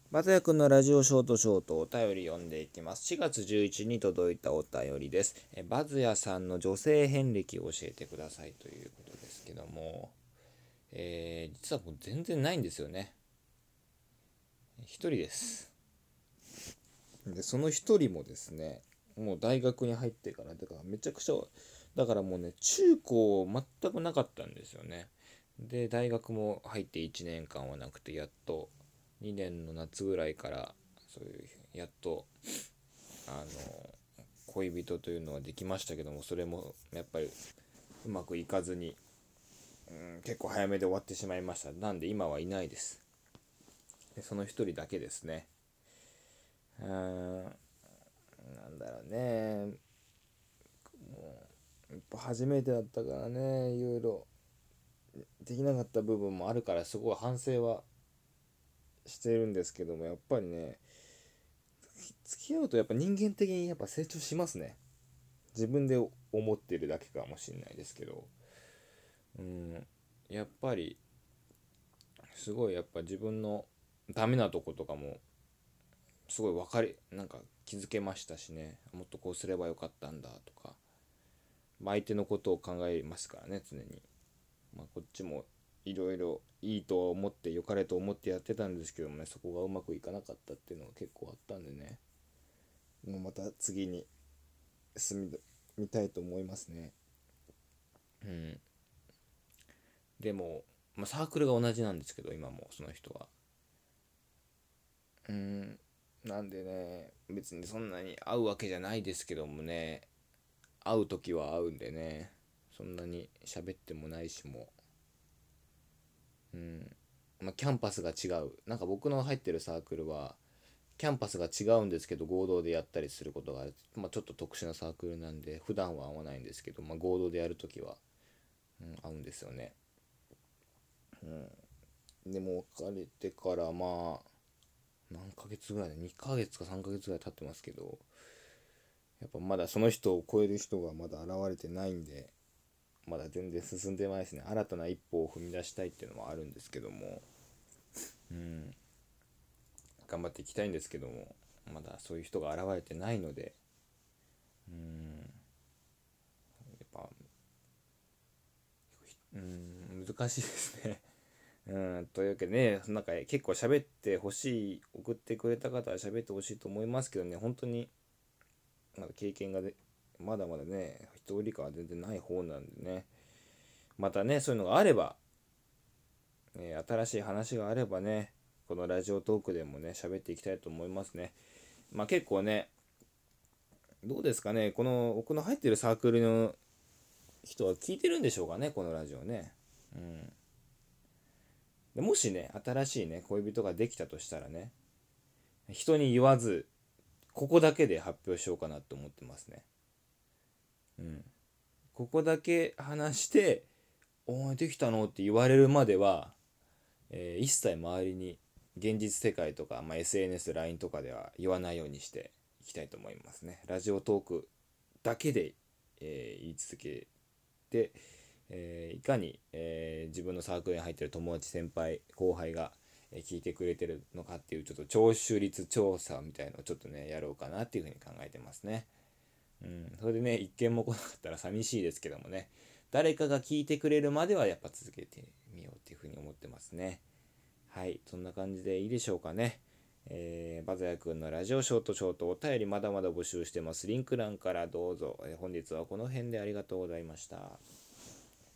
バズヤ君のラジオショートお便り読んでいきます。4月11日に届いたお便りです。バズヤさんの女性遍歴を教えてくださいということですけども、実はもう全然ないんですよね。一人です。で、その一人もですね、もう大学に入ってからだからめちゃくちゃ、だからもうね、中高全くなかったんですよね。で、大学も入って1年間はなくて、やっと2年の夏ぐらいからそういうやっと恋人というのはできましたけども、それもやっぱりうまくいかずに、結構早めで終わってしまいました。なんで今はいないです。でその一人だけですね。なんだろうね、やっぱ初めてだったからね、いろいろできなかった部分もあるからすごい反省はしてるんですけども、やっぱりね、付き合うとやっぱ人間的にやっぱ成長しますね。自分で思ってるだけかもしれないですけど、やっぱりすごいやっぱ自分のダメなとことかもすごいなんか気づけましたしね、もっとこうすればよかったんだとか、相手のことを考えますからね、常に。こっちもいろいろいいと思って良かれと思ってやってたんですけどもね、そこがうまくいかなかったっていうのが結構あったんでね、もうまた次に進みたいと思いますね。でも、サークルが同じなんですけど、今もその人はなんでね、別にそんなに会うわけじゃないですけどもね、会う時は会うんでね、そんなに喋ってもないしも、キャンパスが違う。なんか僕の入ってるサークルはキャンパスが違うんですけど合同でやったりすることがある、ちょっと特殊なサークルなんで普段は会わないんですけど、合同でやるときは、会うんですよね。でも別れてから何ヶ月ぐらいで2ヶ月か3ヶ月ぐらい経ってますけど、やっぱまだその人を超える人がまだ現れてないんで、まだ全然進んでないですね。新たな一歩を踏み出したいっていうのもあるんですけども、頑張っていきたいんですけども、まだそういう人が現れてないので、やっぱ難しいですね。というわけでね、なんか結構喋ってほしい、送ってくれた方は喋ってほしいと思いますけどね、本当にまだ経験がまだまだね、一人かは全然ない方なんでね、またね、そういうのがあれば、新しい話があればね、このラジオトークでもね、喋っていきたいと思いますね。結構ね、どうですかね、この僕の入ってるサークルの人は聞いてるんでしょうかね、このラジオね。でもしね、新しいね、恋人ができたとしたらね、人に言わず、ここだけで発表しようかなと思ってますね。ここだけ話して、お前できたのって言われるまでは、一切周りに現実世界とか、SNS、LINE とかでは言わないようにしていきたいと思いますね。ラジオトークだけで、言い続けて、いかに、自分のサークルに入ってる友達先輩後輩が聞いてくれてるのかっていうちょっと聴取率調査みたいのをちょっとねやろうかなっていうふうに考えてますね。それでね一件も来なかったら寂しいですけどもね、誰かが聞いてくれるまではやっぱ続けてみようっていうふうに思ってますね。はい、そんな感じでいいでしょうかね。バザヤくんのラジオショートお便りまだまだ募集してます。リンク欄からどうぞ。本日はこの辺でありがとうございました。